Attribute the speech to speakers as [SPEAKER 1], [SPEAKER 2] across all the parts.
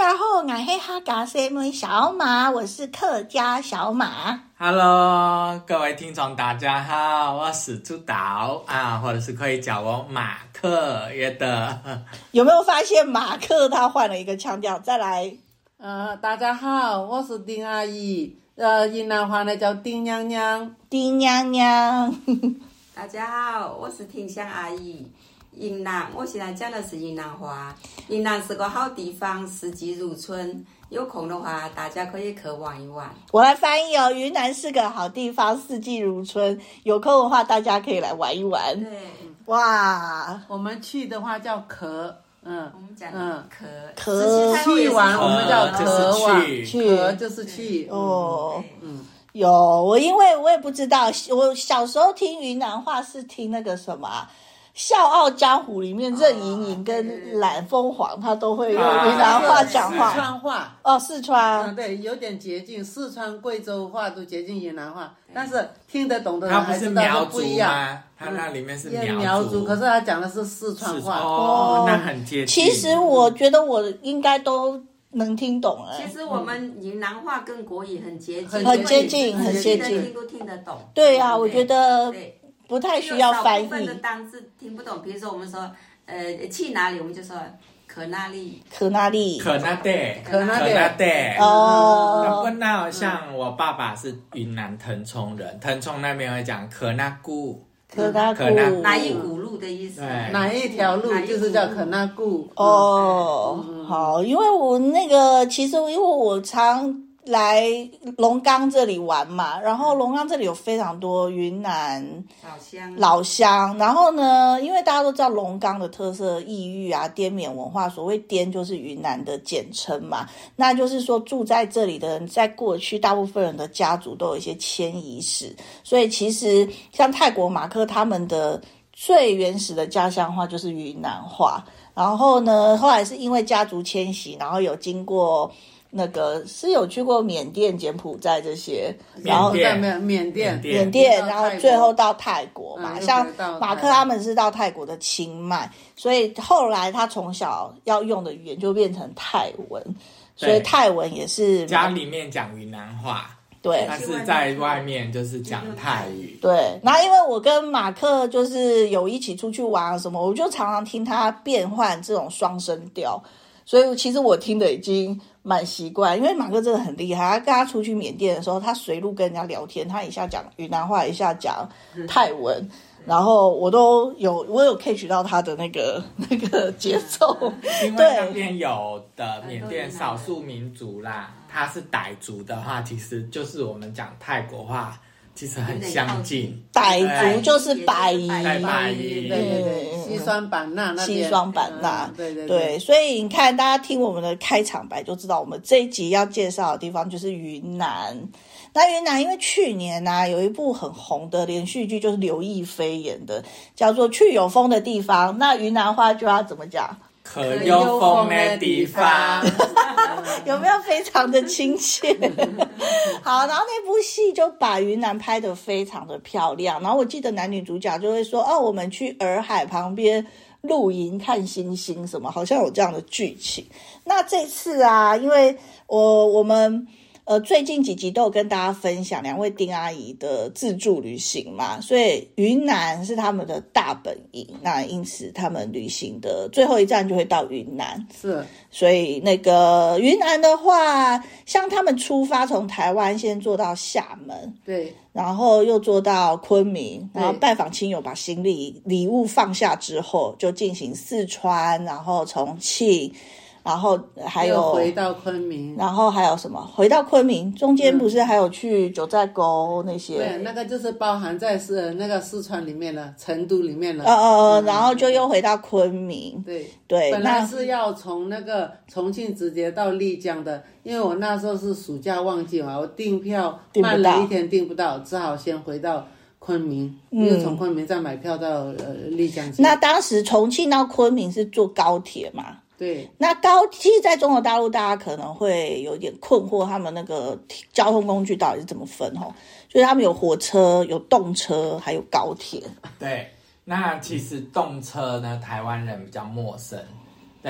[SPEAKER 1] 家好，我是客家姐妹小马，我是客家小马。
[SPEAKER 2] Hello， 各位听众大家好，我是朱导啊，或者是可以叫我马克也得。
[SPEAKER 1] 有没有发现马克他换了一个腔调？再来，
[SPEAKER 3] 大家好，我是丁阿姨，云南话呢叫丁娘娘。
[SPEAKER 1] 丁娘娘。
[SPEAKER 4] 大家好，我是婷香阿姨。云南，我现在讲的是云南话。云南是个好地方，四季如春。有空的话，大家可以去玩一玩。
[SPEAKER 1] 我来翻译哦，云南是个好地方，四季如春。有空的话，大家可以来玩一玩。
[SPEAKER 4] 对，
[SPEAKER 1] 哇，
[SPEAKER 3] 我们去的话叫壳，
[SPEAKER 4] 我们讲
[SPEAKER 1] 壳
[SPEAKER 3] 去玩我们叫壳玩，
[SPEAKER 1] 去
[SPEAKER 3] 壳就是去
[SPEAKER 1] 哦。有因为我也不知道，我小时候听云南话是听那个什么笑傲江湖里面任盈盈跟蓝凤凰他都会用云南话讲话。
[SPEAKER 3] 四川话
[SPEAKER 1] 四川
[SPEAKER 3] 对，有点接近四川贵州话都接近云南话，但是听得懂的人还知道是不一样。
[SPEAKER 2] 它那里面是
[SPEAKER 3] 苗族，可是他讲的是四川话。
[SPEAKER 2] 那很接近。
[SPEAKER 1] 其实我觉得我应该都能听懂
[SPEAKER 4] 其实我们云南话跟国语很接近，
[SPEAKER 1] 很接近，
[SPEAKER 4] 听都听得懂。
[SPEAKER 1] 对啊，我觉得不太需要翻译。
[SPEAKER 4] 少部分的单字听不懂，比如说我们说去哪里，我们就说可那里，
[SPEAKER 1] 可那里，
[SPEAKER 2] 可那得，
[SPEAKER 3] 可那得。
[SPEAKER 1] 哦，
[SPEAKER 2] 那像我爸爸是云南腾冲人，腾冲那边会讲可那古。
[SPEAKER 1] 可那古
[SPEAKER 4] 哪一股路的意思？
[SPEAKER 3] 哪一条路就是叫可那古。
[SPEAKER 1] 好，因为我那个其实因为我常来龙岗这里玩嘛，然后龙岗这里有非常多云南老乡，然后呢，因为大家都知道龙岗的特色异域啊，滇缅文化，所谓滇就是云南的简称嘛，那就是说住在这里的人，在过去大部分人的家族都有一些迁移史，所以其实像泰国马克他们的最原始的家乡话就是云南话，然后呢，后来是因为家族迁徙，然后有经过那个是有去过缅甸、柬埔寨这些，然后
[SPEAKER 3] 缅甸，
[SPEAKER 1] 然后最后到泰国嘛。像马克他们是到泰国的清迈，所以后来他从小要用的语言就变成泰文，所以泰文也是
[SPEAKER 2] 家里面讲云南话。
[SPEAKER 1] 对，
[SPEAKER 2] 但是在外面就是讲泰语。
[SPEAKER 1] 对，然后因为我跟马克就是有一起出去玩什么，我就常常听他变换这种双声调，所以其实我听的已经蛮习惯。因为马克真的很厉害，他跟他出去缅甸的时候，他随路跟人家聊天，他一下讲云南话，一下讲泰文。然后我有 catch 到他的那个节奏，
[SPEAKER 2] 因为那边有的缅甸少数民族啦，他是傣族的话，其实就是我们讲泰国话，其实很相近。
[SPEAKER 1] 傣族就是白夷，
[SPEAKER 3] 对，西双版纳那边，
[SPEAKER 1] 西双版纳，
[SPEAKER 3] 对，
[SPEAKER 1] 所以你看，大家听我们的开场白就知道，我们这一集要介绍的地方就是云南。那云南因为去年有一部很红的连续剧，就是刘亦菲演的，叫做《去有风的地方》。那云南话就要怎么讲？
[SPEAKER 2] 可有风的地方。
[SPEAKER 1] 有没有非常的亲切？好，然后那部戏就把云南拍得非常的漂亮。然后我记得男女主角就会说，我们去洱海旁边露营看星星什么，好像有这样的剧情。那这次因为我们最近几集都有跟大家分享两位丁阿姨的自助旅行嘛，所以云南是他们的大本营，那因此他们旅行的最后一站就会到云南。
[SPEAKER 3] 是，
[SPEAKER 1] 所以那个云南的话，像他们出发从台湾先坐到厦门，
[SPEAKER 3] 对，
[SPEAKER 1] 然后又坐到昆明，然后拜访亲友，把行李礼物放下之后，就进行四川，然后重庆。然后还有
[SPEAKER 3] 回到昆明，
[SPEAKER 1] 然后还有什么？回到昆明中间不是还有去九寨沟那些？
[SPEAKER 3] 对，那个就是包含在那个四川里面了，成都里面了。
[SPEAKER 1] 然后就又回到昆明。对，
[SPEAKER 3] 本来是要从那个重庆直接到丽江的，因为我那时候是暑假旺季嘛，我订票慢了一天订不到，只好先回到昆明，又从昆明再买票到丽江。
[SPEAKER 1] 那当时重庆到昆明是坐高铁嘛？
[SPEAKER 3] 对，
[SPEAKER 1] 那其实在中国大陆大家可能会有点困惑，他们那个交通工具到底是怎么分就是他们有火车、有动车还有高铁。
[SPEAKER 2] 对，那其实动车呢台湾人比较陌生。对，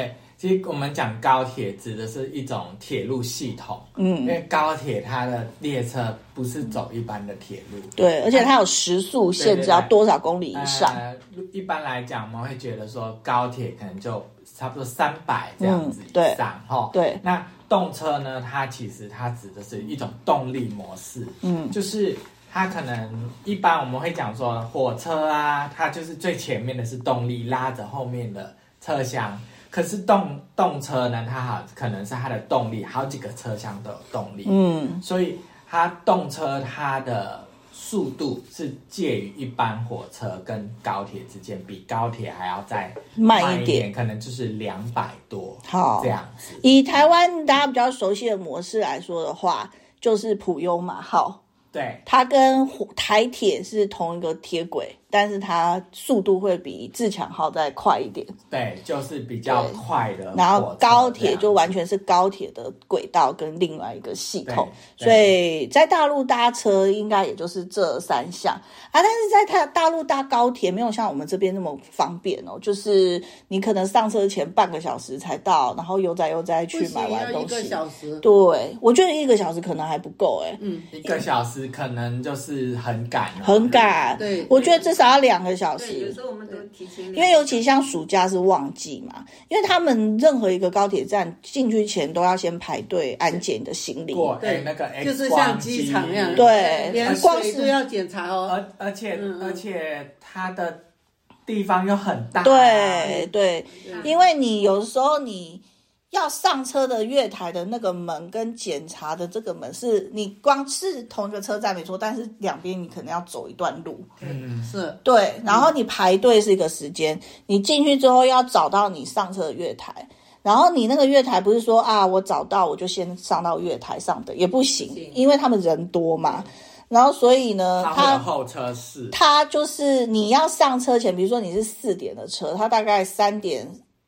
[SPEAKER 2] 其实我们讲高铁指的是一种铁路系统，因为高铁它的列车不是走一般的铁路，
[SPEAKER 1] 对，而且它有时速限制，要多少公里以上。
[SPEAKER 2] 一般来讲，我们会觉得说高铁可能就差不多300这样子以上，
[SPEAKER 1] 对。
[SPEAKER 2] 那动车呢，它其实它指的是一种动力模式，就是它可能一般我们会讲说火车啊，它就是最前面的是动力拉着后面的车厢。可是动车呢，它可能是它的动力，好几个车厢都有动力，所以它动车它的速度是介于一般火车跟高铁之间，比高铁还要再慢一点，可能就是200多，这样子。
[SPEAKER 1] 以台湾大家比较熟悉的模式来说的话，就是普悠玛号。
[SPEAKER 2] 对，
[SPEAKER 1] 它跟台铁是同一个铁轨，但是它速度会比自强号再快一点。
[SPEAKER 2] 对，就是比较快的。
[SPEAKER 1] 然后高铁就完全是高铁的轨道跟另外一个系统，所以在大陆搭车应该也就是这3项啊。但是在大陆搭高铁没有像我们这边那么方便哦，就是你可能上车前半个小时才到，然后悠哉去买完东西。
[SPEAKER 3] 1个小时。
[SPEAKER 1] 对，我觉得1个小时可能还不够
[SPEAKER 2] 1个小时可能就是很赶，
[SPEAKER 1] 很赶。
[SPEAKER 3] 对，
[SPEAKER 1] 我觉得至少要2个小时。
[SPEAKER 4] 对，有时候我们都提前。
[SPEAKER 1] 因为尤其像暑假是旺季嘛，因为他们任何一个高铁站进去前都要先排队安检你的行李。
[SPEAKER 2] 对，那个 X
[SPEAKER 3] 就是像机场那样，
[SPEAKER 1] 对，
[SPEAKER 3] 连水都要检查哦。
[SPEAKER 2] 而且它的地方又很大。
[SPEAKER 1] 对，因为你有时候你要上车的月台的那个门跟检查的这个门是你光是同一个车站没错，但是两边你可能要走一段路。
[SPEAKER 3] 是。
[SPEAKER 1] 对，然后你排队是一个时间，你进去之后要找到你上车的月台，然后你那个月台不是说啊我找到我就先上到月台上的也不行，因为他们人多嘛。然后所以呢，
[SPEAKER 2] 它后车室，
[SPEAKER 1] 它就是你要上车前，比如说你是4点的车，它大概3点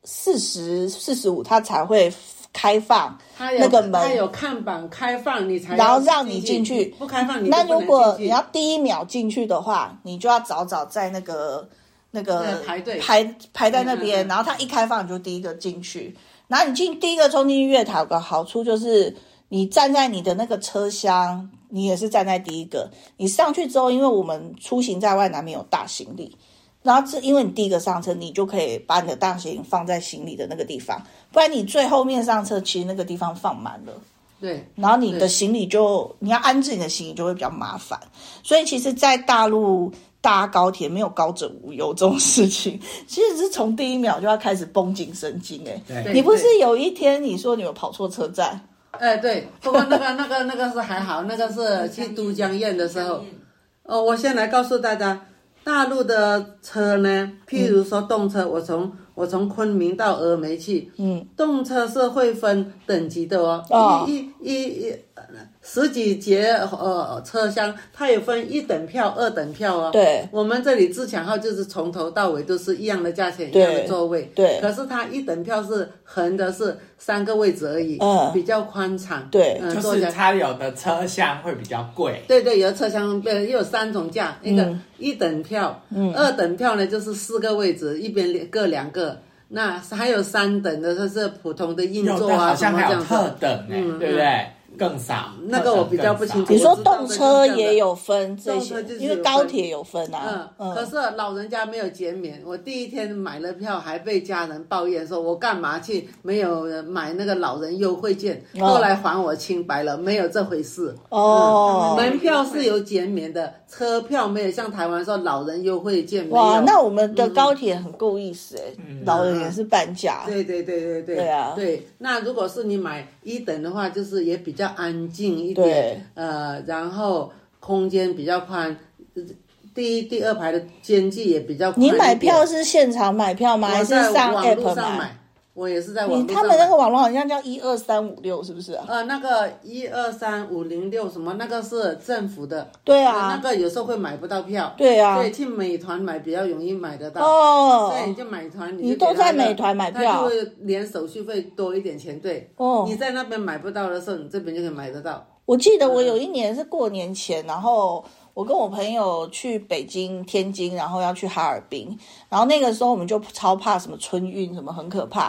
[SPEAKER 1] 40、45，它才会开放那个门，
[SPEAKER 3] 它有看板开放，你才
[SPEAKER 1] 然后让你进去。
[SPEAKER 3] 不开放你
[SPEAKER 1] 那如果你要第1秒进去的话，你就要早在那个
[SPEAKER 3] 排队
[SPEAKER 1] 排在那边，然后它一开放你就第一个进去。然后你第一个冲进去月台有个好处就是你站在你的那个车厢，你也是站在第一个。你上去之后，因为我们出行在外难免有大行李，然后因为你第一个上车，你就可以把你的大行李放在行李的那个地方，不然你最后面上车，其实那个地方放满了。
[SPEAKER 3] 对，
[SPEAKER 1] 然后你的行李你要安置你的行李就会比较麻烦。所以其实在大陆搭高铁没有高枕无忧这种事情，其实是从第1秒就要开始绷紧神经。你不是有一天你说你有跑错车站？
[SPEAKER 3] 对，不过那个是还好，那个是去都江堰的时候。我先来告诉大家，大陆的车呢，譬如说动车，我从昆明到峨眉去，动车是会分等级的哦，十几节车厢，它有分1等票、2等票哦。
[SPEAKER 1] 对，
[SPEAKER 3] 我们这里自强号就是从头到尾都是一样的价钱，一样的座位。
[SPEAKER 1] 对，
[SPEAKER 3] 可是它1等票是横的，是3个位置而已，比较宽敞。
[SPEAKER 1] 对，
[SPEAKER 2] 就是它有的车厢会比较贵。
[SPEAKER 3] 对，有的车厢又有3种价，那个1等票，2等票呢就是4个位置，一边各2个。那还有3等的，就是普通的硬座啊，
[SPEAKER 2] 好像还有特等，对不对？更少。
[SPEAKER 3] 那个我比较不清楚。
[SPEAKER 1] 你说动车也有分这些，因为高铁有分啊。
[SPEAKER 3] 可是老人家没有减免。我第一天买了票，还被家人抱怨说，我干嘛去没有买那个老人优惠券？后来还我清白了，没有这回事。门票是有减免的，车票没有像台湾说老人优惠券没有。
[SPEAKER 1] 哇，那我们的高铁很够意思老人也是半价。
[SPEAKER 3] 对。
[SPEAKER 1] 对啊。
[SPEAKER 3] 对，那如果是你买1等的话，就是也比较安静一点，然后空间比较宽，第2排的间距也比较宽。
[SPEAKER 1] 你买票是现场买票吗？还是上 app 买？
[SPEAKER 3] 我也是在网络上买。
[SPEAKER 1] 他们那个网络好像叫12356，是不是啊？
[SPEAKER 3] 那个123506什么，那个是政府的。
[SPEAKER 1] 对啊。
[SPEAKER 3] 那个有时候会买不到票。
[SPEAKER 1] 对啊。
[SPEAKER 3] 对，去美团买比较容易买得到。对，你就美团，
[SPEAKER 1] 你都在美团买票，
[SPEAKER 3] 他就会连手续费多一点钱。对。你在那边买不到的时候，你这边就可以买得到。
[SPEAKER 1] 我记得我有一年是过年前，然后我跟我朋友去北京、天津，然后要去哈尔滨，然后那个时候我们就超怕什么春运，什么很可怕。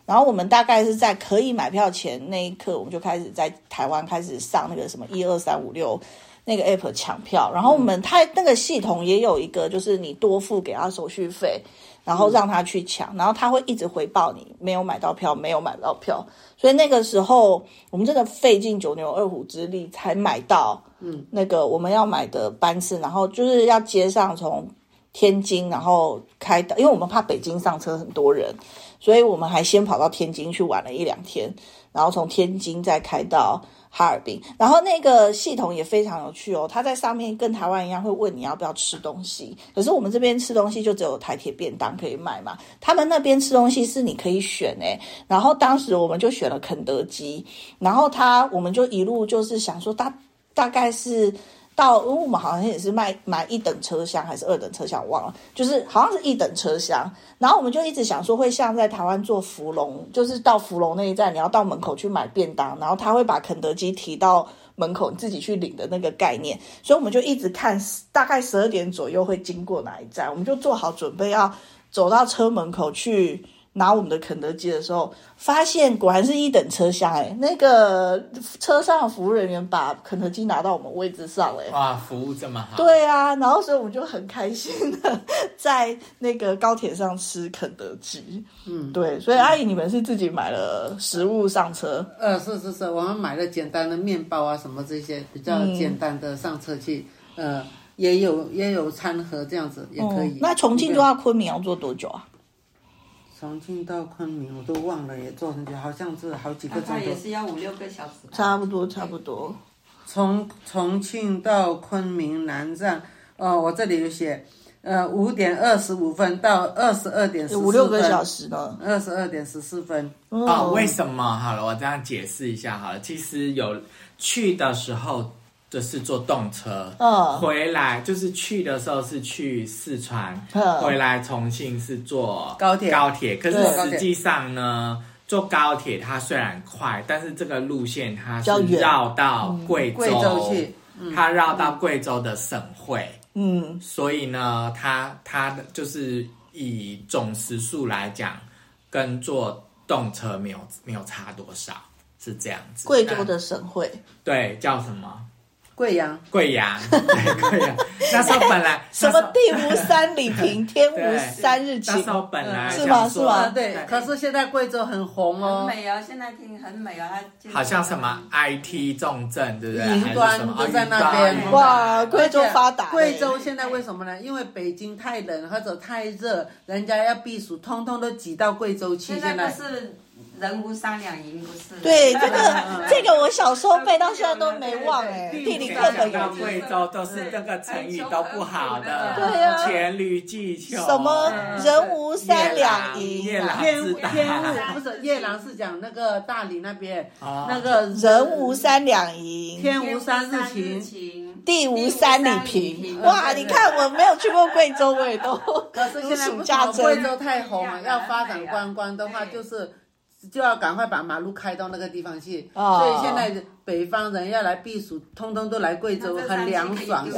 [SPEAKER 1] 然后我们大概是在可以买票前那一刻，我们就开始在台湾开始上那个什么12356那个 app 抢票，然后我们它那个系统也有一个，就是你多付给他手续费，然后让他去抢，然后他会一直回报你没有买到票，没有买到票。所以那个时候我们真的费尽九牛二虎之力才买到那个我们要买的班次，然后就是要接上从天津，然后开到，因为我们怕北京上车很多人，所以我们还先跑到天津去玩了1-2天，然后从天津再开到哈尔滨。然后那个系统也非常有趣哦，它在上面跟台湾一样会问你要不要吃东西，可是我们这边吃东西就只有台铁便当可以买嘛，他们那边吃东西是你可以选耶。然后当时我们就选了肯德基，然后我们就一路就是想说大概是到，因为我们好像也是买1等车厢还是2等车厢，我忘了，就是好像是1等车厢。然后我们就一直想说会像在台湾做福隆，就是到福隆那一站你要到门口去买便当，然后他会把肯德基提到门口你自己去领的那个概念。所以我们就一直看大概12点左右会经过哪一站，我们就做好准备要走到车门口去拿我们的肯德基的时候，发现果然是1等车厢那个车上的服务人员把肯德基拿到我们位置上
[SPEAKER 2] 哇，服务这么好。
[SPEAKER 1] 对啊，然后所以我们就很开心的在那个高铁上吃肯德基。对，所以阿姨你们是自己买了食物上车？
[SPEAKER 3] 是，我们买了简单的面包啊什么这些比较简单的上车去，也有餐盒这样子也可以。
[SPEAKER 1] 那重庆到昆明要坐多久啊？
[SPEAKER 3] 重庆到昆明我都忘了，也坐很久，好像是好几个钟头。
[SPEAKER 4] 也是要5-6个小时。
[SPEAKER 1] 差不多。
[SPEAKER 3] 从重庆到昆明南站，我这里有写，5点25分到22点14分
[SPEAKER 1] ，5-6个小时呢。
[SPEAKER 3] 22点14分。
[SPEAKER 2] 为什么？好了，我这样解释一下好了。其实有去的时候就是坐动车，回来就是去的时候是去四川，回来重庆是坐高铁。可是实际上呢，坐高铁它虽然快，但是这个路线它是绕到贵州
[SPEAKER 3] 去，
[SPEAKER 2] 它绕到贵州的省会，所以呢，它就是以总时速来讲，跟坐动车没有差多少，是这样子。
[SPEAKER 1] 贵州的省会，
[SPEAKER 2] 对，叫什么？
[SPEAKER 3] 贵阳，
[SPEAKER 2] 对，贵阳。那时候本来
[SPEAKER 1] 什么地无3里平，天无3日晴。
[SPEAKER 2] 那时候本来
[SPEAKER 1] 是吗？
[SPEAKER 3] 对。可是现在贵州很红哦，
[SPEAKER 4] 很美哦，现在听很美哦，
[SPEAKER 2] 好像什么 IT 重镇，对不对？
[SPEAKER 3] 云端就在那边。
[SPEAKER 1] 哇，贵州发达。
[SPEAKER 3] 贵州现在为什么呢？因为北京太冷或者太热，人家要避暑，通通都挤到贵州去。
[SPEAKER 4] 现在不是人无3两银，不是？
[SPEAKER 1] 对，这个我小时候背到现在都没忘地理课本
[SPEAKER 2] 有。贵州都是这个成语都不好的，
[SPEAKER 1] 对啊，
[SPEAKER 2] 黔驴技穷，
[SPEAKER 1] 什么人无3两银，
[SPEAKER 2] 夜郎自大。
[SPEAKER 3] 不是夜郎是讲那个大理那边，那个
[SPEAKER 1] 人无3两银，
[SPEAKER 3] 天无3日晴，
[SPEAKER 1] 地无3里平。哇，你看我没有去过贵州，我也都
[SPEAKER 3] 可是现在不是贵州太红了，要发展观光的话，就要赶快把马路开到那个地方去，所以现在北方人要来避暑，通通都来贵州，很凉爽。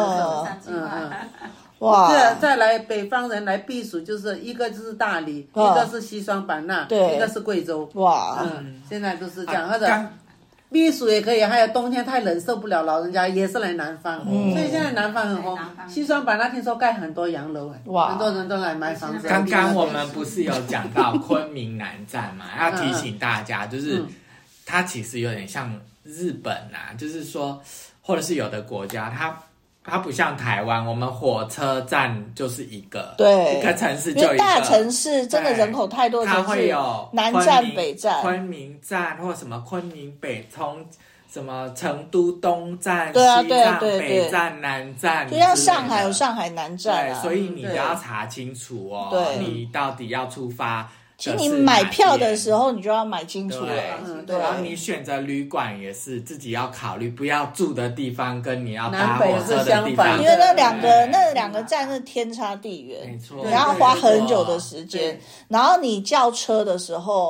[SPEAKER 1] 哇！
[SPEAKER 3] 再来北方人来避暑，就是一个就是大理，一个是西双版纳，一个是贵州。
[SPEAKER 1] 哇！
[SPEAKER 3] 现在都是这样，或者避暑也可以，还有冬天太冷受不了，老人家也是来南方，所以现在南方很红。西双版纳听说盖很多洋楼，很多人都来买房子。
[SPEAKER 2] 刚刚我们不是有讲到昆明南站嘛？要提醒大家，就是它其实有点像日本啊，就是说，或者是有的国家，它不像台湾，我们火车站就是一个城市就一个，
[SPEAKER 1] 大城市真的人口太多，
[SPEAKER 2] 它会有
[SPEAKER 1] 南站、北站、
[SPEAKER 2] 昆明站或什么昆明北从什么成都东站、
[SPEAKER 1] 西
[SPEAKER 2] 站、北站、南站，
[SPEAKER 1] 就像上海有上海南站
[SPEAKER 2] 所以你要查清楚哦，你到底要出发。
[SPEAKER 1] 其实你买票的时候，你就要买清楚了。
[SPEAKER 2] 对，然后你选择旅馆也是自己要考虑，不要住的地方跟你要搭火车的地方，
[SPEAKER 1] 因为那两个站是天差地远，
[SPEAKER 2] 没错，
[SPEAKER 1] 你要花很久的时间。然后你叫车的时候，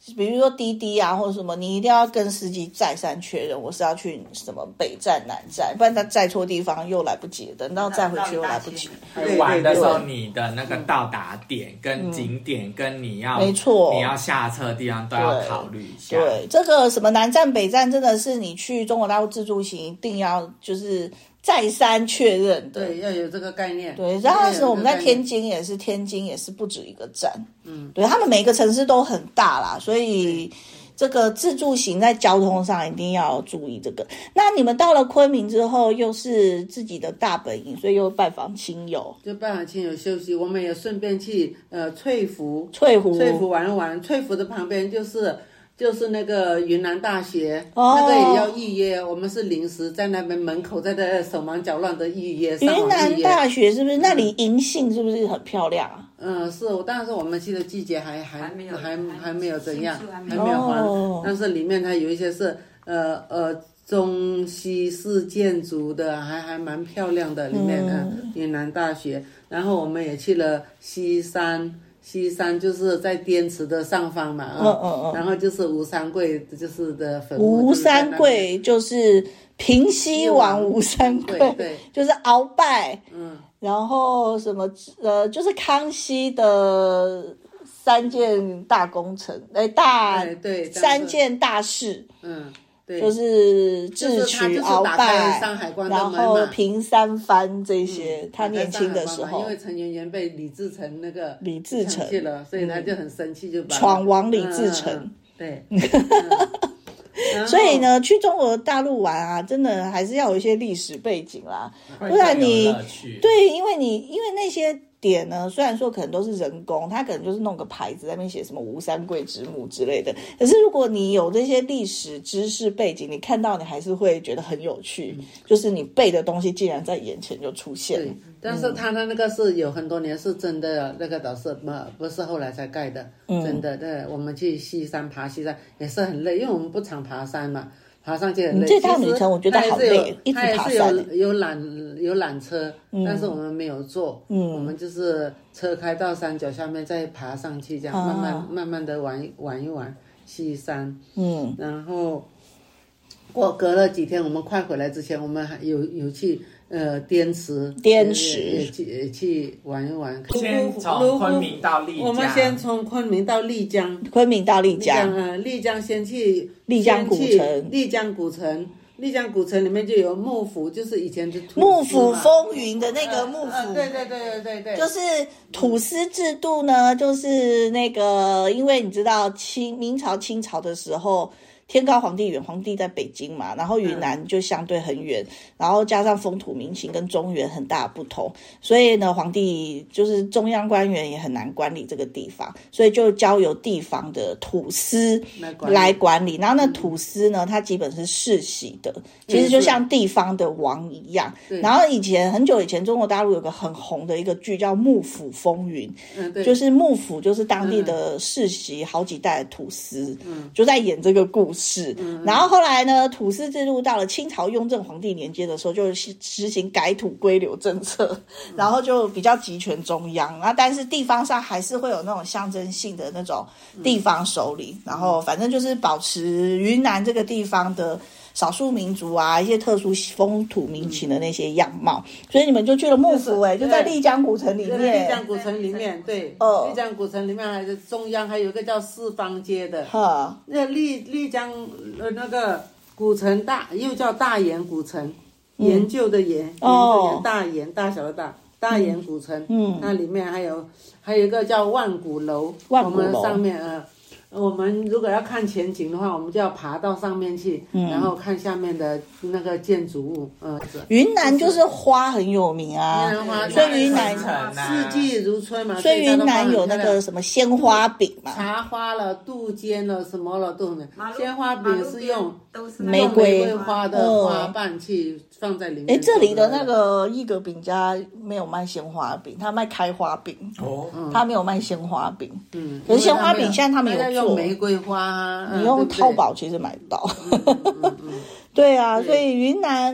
[SPEAKER 1] 比如说滴滴啊或者什么，你一定要跟司机再三确认我是要去什么北站南站，不然他载错地方又来不及，等到再回去又来不及。
[SPEAKER 2] 玩的时候你的那个到达点跟景点跟你要
[SPEAKER 1] 没错，
[SPEAKER 2] 你要下车的地方都要考虑一下。
[SPEAKER 1] 对，这个什么南站北站真的是你去中国大陆自助行一定要就是再三确认的。
[SPEAKER 3] 对，要有这个概念。
[SPEAKER 1] 对，然后当时我们在天津也是不止一个站。对，他们每个城市都很大啦，所以这个自助行在交通上一定要注意这个。那你们到了昆明之后，又是自己的大本营，所以又拜访亲友，
[SPEAKER 3] 就拜访亲友休息。我们也顺便去翠湖玩一玩。翠湖的旁边就是那个云南大学，那个也要预约。我们是临时在那边门口，在那手忙脚乱的预约。
[SPEAKER 1] 云南大学是不是那里银杏是不是很漂亮啊？
[SPEAKER 3] 是，但是我们去的季节还没有怎样，还没有黄。但是里面它有一些是中西式建筑的，还蛮漂亮的。里面云南大学，然后我们也去了西山就是在滇池的上方嘛，然后就是吴三桂就是的坟墓。
[SPEAKER 1] 吴三桂就是平西王吴三桂，
[SPEAKER 3] 对，
[SPEAKER 1] 就是鳌拜，然后什么就是康熙的三件大工程，
[SPEAKER 3] 对
[SPEAKER 1] 三件大事，
[SPEAKER 3] 对，
[SPEAKER 1] 就是智取鳌拜，
[SPEAKER 3] 上海关
[SPEAKER 1] 然后平三藩这些，他年轻的时候，
[SPEAKER 3] 因为陈圆圆被李自成
[SPEAKER 1] 抢
[SPEAKER 3] 去了，所以他就很生气，就把
[SPEAKER 1] 闯王李自成，
[SPEAKER 3] 对。
[SPEAKER 1] 所以呢，去中国大陆玩啊，真的还是要有一些历史背景啦，不然你对，因为那些点呢，虽然说可能都是人工，它可能就是弄个牌子在那边写什么吴三桂之墓之类的，可是如果你有这些历史知识背景，你看到你还是会觉得很有趣，就是你背的东西竟然在眼前就出现了。
[SPEAKER 3] 但是它的那个是有很多年是真的，那个倒是不是后来才盖的，真的。对，我们去爬西山也是很累，因为我们不常爬山嘛，爬上去很累。
[SPEAKER 1] 这趟旅程我觉得好累，一直爬山。
[SPEAKER 3] 有缆车，但是我们没有坐，我们就是车开到山脚下面再爬上去，这样慢慢的玩一玩西山。然后隔了几天，我们快回来之前，我们还有去滇池也去玩一玩。
[SPEAKER 2] 先从昆明到丽江，
[SPEAKER 3] 我们先从昆明到丽江，丽江先去
[SPEAKER 1] 丽江古城，
[SPEAKER 3] 丽江古城里面就有幕府，就是以前的
[SPEAKER 1] 幕府风云的那个幕府，
[SPEAKER 3] 对，
[SPEAKER 1] 就是土司制度呢，就是那个，因为你知道明朝清朝的时候。天高皇帝远，皇帝在北京嘛，然后云南就相对很远，然后加上风土民情跟中原很大不同，所以呢，皇帝就是中央官员也很难管理这个地方，所以就交由地方的土司来管理。然后那土司呢，它基本是世袭的，其实就像地方的王一样。然后很久以前，中国大陆有个很红的一个剧叫《幕府风云》，就是幕府就是当地的世袭好几代的土司，就在演这个故事。然后后来呢，土司制度到了清朝雍正皇帝年间的时候，就实行改土归流政策，然后就比较集权中央啊，但是地方上还是会有那种象征性的那种地方首领，然后反正就是保持云南这个地方的少数民族啊，一些特殊风土民情的那些样貌，所以你们就去了幕府，就在丽江古城里面。
[SPEAKER 3] 丽江古城里面，对，丽江古城里面还是中央还有一个叫四方街的。那丽江那个古城又叫大研古城，研究的研，大研大小的大研古城。那里面还有一个叫万古楼，我们上面我们如果要看前景的话，我们就要爬到上面去，然后看下面的那个建筑物。
[SPEAKER 1] 云南就是花很有名啊，所以云南
[SPEAKER 3] 四季如春嘛。
[SPEAKER 1] 所以云南有那个什么鲜花饼嘛，
[SPEAKER 3] 茶花了、杜鹃了、什么了都没。鲜花饼是用
[SPEAKER 1] 玫瑰
[SPEAKER 3] 花的花瓣去放在里面。
[SPEAKER 1] 这里的那个一格饼家没有卖鲜花饼，他卖开花饼。他没有卖鲜花饼。可是鲜花饼现在他们有。
[SPEAKER 3] 用玫瑰花，
[SPEAKER 1] 你用淘宝其实买不到。对啊，所以云南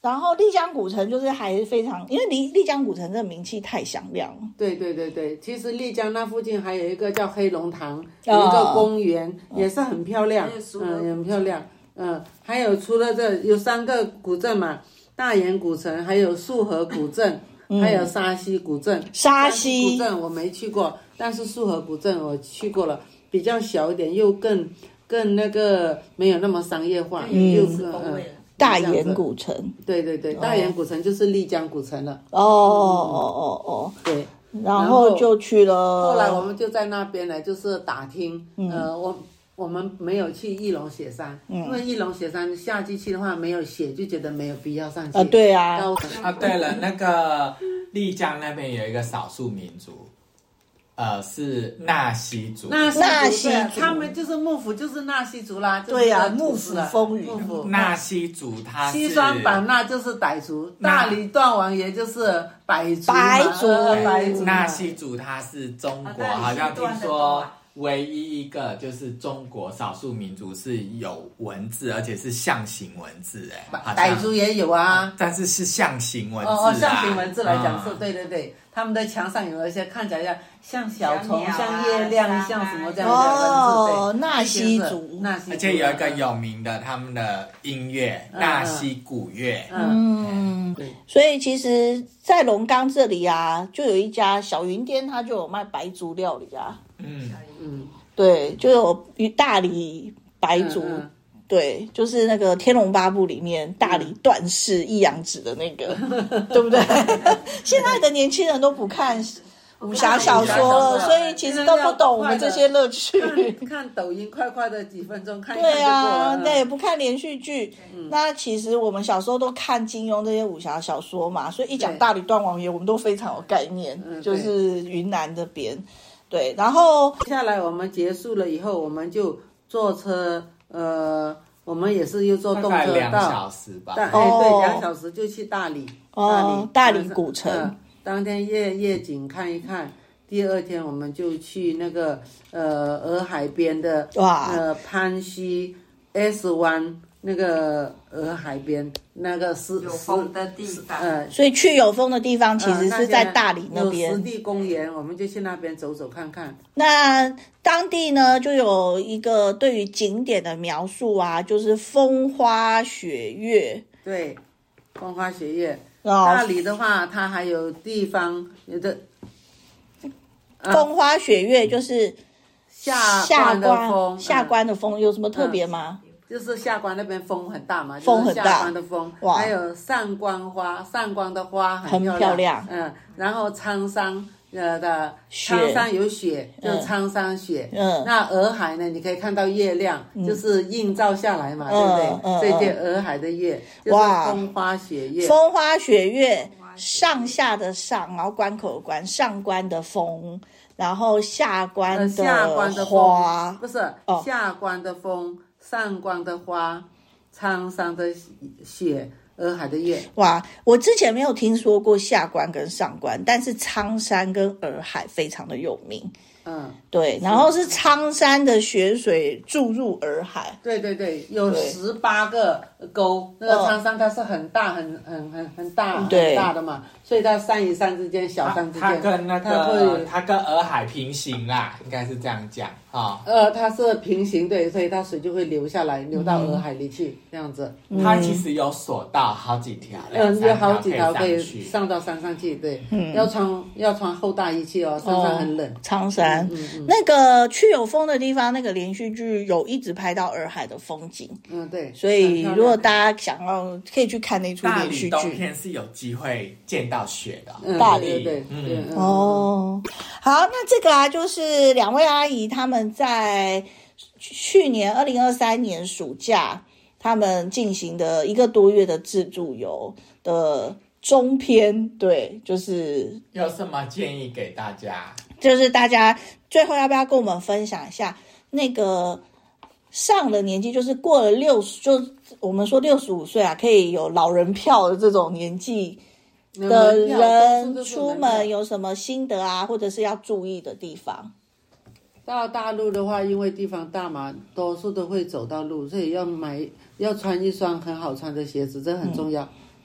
[SPEAKER 1] 然后丽江古城就是还是非常，因为丽江古城这个名气太响亮了。
[SPEAKER 3] 对对对对，其实丽江那附近还有一个叫黑龙塘，有一个公园，也是很漂亮，也很漂亮。还有除了这有3个古镇嘛，大研古城，还有束河古镇，还有沙溪古镇。
[SPEAKER 1] 沙溪
[SPEAKER 3] 古镇我没去过，但是束河古镇我去过了，比较小一点，又更那个没有那么商业化，又
[SPEAKER 1] 大研古城，
[SPEAKER 3] 对对对，大研古城就是丽江古城了。
[SPEAKER 1] 对，然后就去了。
[SPEAKER 3] 后来我们就在那边呢，就是打听，我们没有去义龙雪山，因为义龙雪山夏季去的话没有雪，就觉得没有必要上去。
[SPEAKER 1] 对啊。
[SPEAKER 2] 对了，那个丽江那边有一个少数民族。是纳西族，
[SPEAKER 3] 纳西族，他们就是幕府，就是纳西族啦。
[SPEAKER 1] 对呀，幕府风雨。
[SPEAKER 2] 纳西族他是
[SPEAKER 3] 西双版纳就是傣族，大理段王爷就是白族。
[SPEAKER 2] 纳西族他是中国，好像听说唯一一个就是中国少数民族是有文字，而且是象形文字。
[SPEAKER 3] 傣族也有啊，
[SPEAKER 2] 但是象形文字。
[SPEAKER 3] 象形文字来讲是，对对对。他们的墙上有一些看起来像小虫、像月亮、像什么这样的文字。
[SPEAKER 1] 纳西族，
[SPEAKER 2] 而且有一个有名的他们的音乐纳西古乐。
[SPEAKER 3] 对。
[SPEAKER 1] 所以其实，在龙岗这里啊，就有一家小云店，它就有卖白族料理啊。对，就有大理白族。对，就是那个《天龙八部》里面大理段氏一阳指的那个，对不对？现在的年轻人都不看武侠小说了，所以其实都不懂我们这些乐趣。
[SPEAKER 3] 看抖音快的几分钟看一
[SPEAKER 1] 看就过了。对啊，也不看连续剧。那其实我们小时候都看金庸这些武侠小说嘛，所以一讲大理段王爷，我们都非常有概念，就是云南这边。对，然后
[SPEAKER 3] 接下来我们结束了以后，我们就坐车。我们也是又坐动车到
[SPEAKER 2] 2小时吧。
[SPEAKER 3] 对，2小时就去大理。
[SPEAKER 1] 大理古城。
[SPEAKER 3] 当天夜景看一看，第二天我们就去那个洱海边的潘溪 S 湾那个洱海边那个
[SPEAKER 4] 有风的地方。
[SPEAKER 1] 所以去有风的地方其实是在大理那边。
[SPEAKER 3] 有湿地公园，我们就去那边走走看看。
[SPEAKER 1] 那当地呢就有一个对于景点的描述啊，就是风花雪月。
[SPEAKER 3] 对，风花雪月。大理的话，它还有地方有的。
[SPEAKER 1] 风花雪月就是
[SPEAKER 3] 下
[SPEAKER 1] 关的风有什么特别吗？
[SPEAKER 3] 就是下关那边风很大嘛，
[SPEAKER 1] 风很大，
[SPEAKER 3] 下关的风，还有上关的花很漂亮。然后苍山苍山有雪，就苍山雪。那洱海呢，你可以看到月亮，就是映照下来嘛，对不对？所以叫洱海的月，就是风花雪月。
[SPEAKER 1] 风花雪月，上下的上，然后关口的关，上关的风，然后下关的花，
[SPEAKER 3] 不是下关的风。上关的花，苍山的雪，洱海的月。
[SPEAKER 1] 哇，我之前没有听说过下关跟上关，但是苍山跟洱海非常的有名。对，然后是苍山的雪水注入洱海。
[SPEAKER 3] 对对对，有18个沟，那个苍山它是很大很大的嘛，所以它山与山之间、小山之间，
[SPEAKER 2] 它跟洱海平行啦，应该是这样讲啊。
[SPEAKER 3] 它是平行，对，所以它水就会流下来，流到洱海里去，这样子。
[SPEAKER 2] 它其实有索道好几条，
[SPEAKER 3] 有好几条可以上到山上去，对，要穿厚大衣去哦，山上很冷。
[SPEAKER 1] 苍山。那个去有风的地方，那个连续剧有一直拍到洱海的风景。
[SPEAKER 3] 对。
[SPEAKER 1] 所以如果大家想要，可以去看那出连续剧。
[SPEAKER 2] 大理冬天是有机会见到雪的。
[SPEAKER 1] 大理
[SPEAKER 3] 对。
[SPEAKER 1] 好，那这个啊，就是2位阿姨他们在去年2023年暑假，他们进行的1个多月的自助游的中篇。对，就是
[SPEAKER 2] 有什么建议给大家？
[SPEAKER 1] 就是大家最后要不要跟我们分享一下那个上了年纪，就是过了60，就我们说65岁啊，可以有老人票的这种年纪的人出门有什么心得啊，或者是要注意的地方？
[SPEAKER 3] 到大陆的话，因为地方大嘛，多数都会走到路，所以要穿一双很好穿的鞋子，这很重要。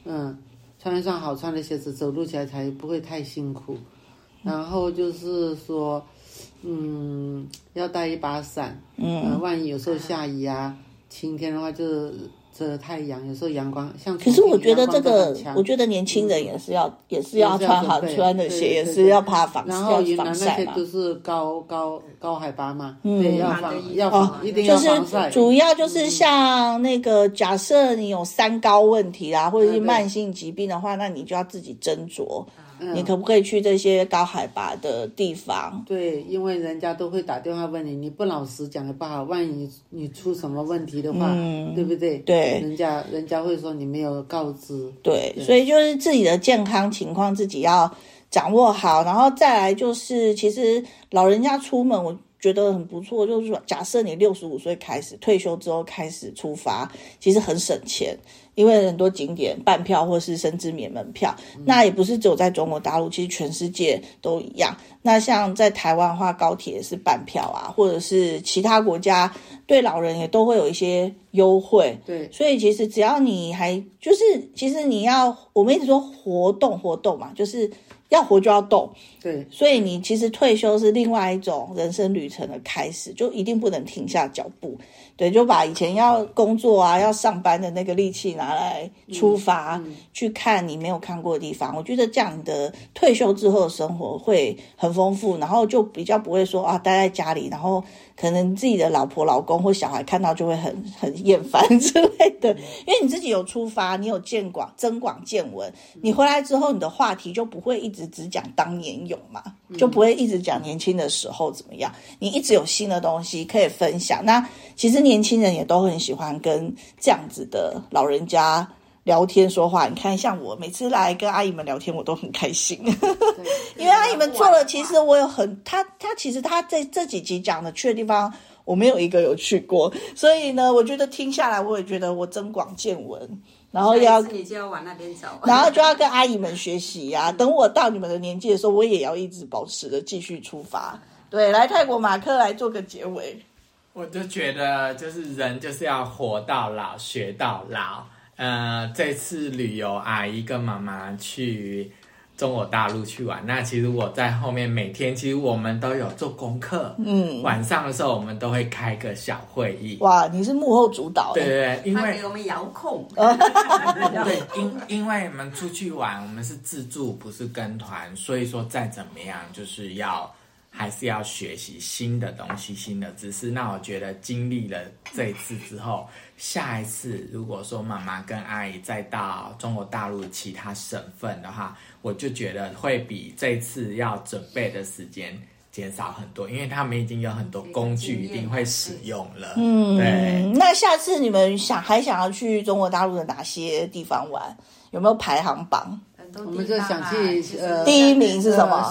[SPEAKER 3] 穿一双好穿的鞋子，走路起来才不会太辛苦。然后就是说，要带一把伞，万一有时候下雨啊，晴天的话就是遮太阳，有时候阳光像。
[SPEAKER 1] 可是我觉得这个，我觉得年轻人也是要穿好穿的鞋，也是要怕防晒嘛。
[SPEAKER 3] 然后云南那些都是高海拔嘛，对，要防，一定要防晒。
[SPEAKER 1] 就是主要就是像那个，假设你有三高问题啦，或者是慢性疾病的话，那你就要自己斟酌。你可不可以去这些高海拔的地方？
[SPEAKER 3] 对，因为人家都会打电话问你，你不老实讲也不好，万一你出什么问题的话，对不对？
[SPEAKER 1] 对，
[SPEAKER 3] 人家会说你没有告知。
[SPEAKER 1] 对，所以就是自己的健康情况自己要掌握好，然后再来就是，其实老人家出门，我觉得很不错，就是说，假设你65岁开始退休之后开始出发，其实很省钱。因为很多景点半票或是甚至免门票，那也不是只有在中国大陆，其实全世界都一样。那像在台湾的话，高铁是半票啊，或者是其他国家对老人也都会有一些优惠。
[SPEAKER 3] 对，
[SPEAKER 1] 所以其实只要你其实你要，我们一直说活动嘛，就是要活就要动。
[SPEAKER 3] 对，
[SPEAKER 1] 所以你其实退休是另外一种人生旅程的开始，就一定不能停下脚步。对，就把以前要工作啊、要上班的那个力气拿来出发，去看你没有看过的地方。我觉得这样你的退休之后的生活会很丰富，然后就比较不会说待在家里，然后可能自己的老婆、老公或小孩看到就会很厌烦之类的。因为你自己有出发，你有增广见闻，你回来之后你的话题就不会一直只讲当年勇嘛，就不会一直讲年轻的时候怎么样，你一直有新的东西可以分享。那其实年轻人也都很喜欢跟这样子的老人家聊天说话。你看像我每次来跟阿姨们聊天我都很开心因为阿姨们做了，其实我有其实他在这几集讲的去的地方我没有一个有去过，所以呢我觉得听下来我也觉得我增广见闻，然后
[SPEAKER 4] 你就要往那边走，
[SPEAKER 1] 然后就要跟阿姨们学习啊等我到你们的年纪的时候，我也要一直保持着继续出发。对，来泰国马克来做个结尾。
[SPEAKER 2] 我就觉得就是人就是要活到老学到老。这次旅游阿姨跟妈妈去中国大陆去玩，那其实我在后面每天其实我们都有做功课，晚上的时候我们都会开个小会议。
[SPEAKER 1] 哇，你是幕后主导。
[SPEAKER 2] 对对对，因为
[SPEAKER 4] 他给我们遥控
[SPEAKER 2] 对，因为我们出去玩我们是自助不是跟团，所以说再怎么样就是还是要学习新的东西、新的知识。那我觉得经历了这一次之后，下一次如果说妈妈跟阿姨再到中国大陆其他省份的话，我就觉得会比这一次要准备的时间减少很多，因为他们已经有很多工具一定会使用了。对。
[SPEAKER 1] 那下次你们还想要去中国大陆的哪些地方玩？有没有排行榜？
[SPEAKER 3] 我们就想去
[SPEAKER 1] 第一名是什么？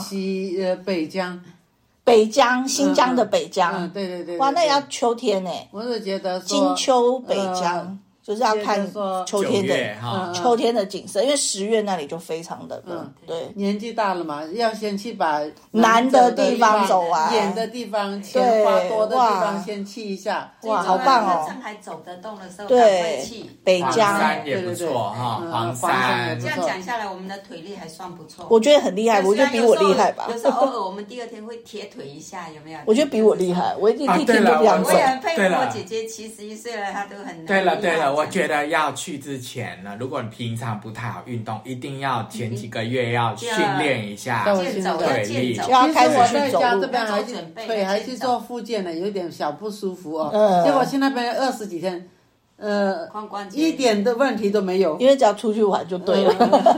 [SPEAKER 3] 北疆，
[SPEAKER 1] 新疆的北疆。
[SPEAKER 3] 对对对。
[SPEAKER 1] 哇，那也要秋天呢。
[SPEAKER 3] 我是觉得说
[SPEAKER 1] 金秋北疆。就是要看秋天的景色，因为10月那里就非常的冷。对，
[SPEAKER 3] 年纪大了嘛，要先去把
[SPEAKER 1] 南的地方走完，
[SPEAKER 3] 远的地方、钱花多的地方先去一下。
[SPEAKER 1] 哇，好棒哦！
[SPEAKER 4] 正还走得动的时候，
[SPEAKER 1] 对，北疆、
[SPEAKER 2] 黄山也不错哈，黄山
[SPEAKER 4] 这样讲下来，我们的腿力还算不错。
[SPEAKER 1] 我觉得很厉害，我觉得比我厉害吧。
[SPEAKER 4] 有时候偶尔我们第二天会贴腿一下，有没有？
[SPEAKER 1] 我觉得比我厉害，我一天都不想走。
[SPEAKER 4] 我也很佩服我姐姐，71岁了，她都很
[SPEAKER 2] 对了。我觉得要去之前呢，如果你平常不太好运动，一定要前几个月要训练一下腿力，
[SPEAKER 1] 要开始
[SPEAKER 3] 去走路。我在家这边还去做复健呢，有点小不舒服哦。结果去那边20几天，一点的问题都没有，
[SPEAKER 1] 因为只要出去玩就对了。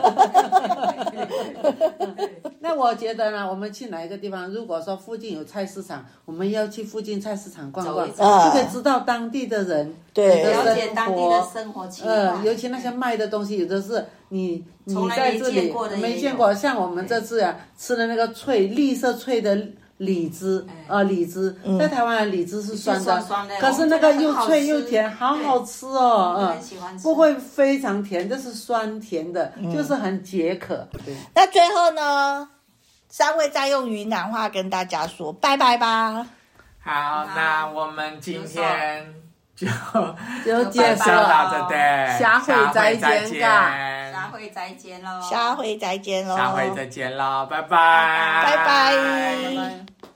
[SPEAKER 3] 那我觉得呢，我们去哪一个地方，如果说附近有菜市场，我们要去附近菜市场逛逛，就可以知道当地的人
[SPEAKER 4] 了解当地的生活情况。
[SPEAKER 3] 尤其那些卖的东西，有的是你在这里没见过，像我们这次吃的那个绿色脆的李子，在台湾的李子是酸的，可是那个又脆又甜，好好吃哦，不会非常甜，这是酸甜的，就是很解渴。
[SPEAKER 1] 那最后呢，3位再用云南话跟大家说拜拜吧。
[SPEAKER 2] 好，那我们今天
[SPEAKER 3] 就结束
[SPEAKER 2] 到这边，
[SPEAKER 3] 下回再见，
[SPEAKER 4] 下回再见喽，
[SPEAKER 1] 下回再见喽，
[SPEAKER 2] 下回再见喽，拜拜，
[SPEAKER 1] 拜拜。
[SPEAKER 3] 拜拜。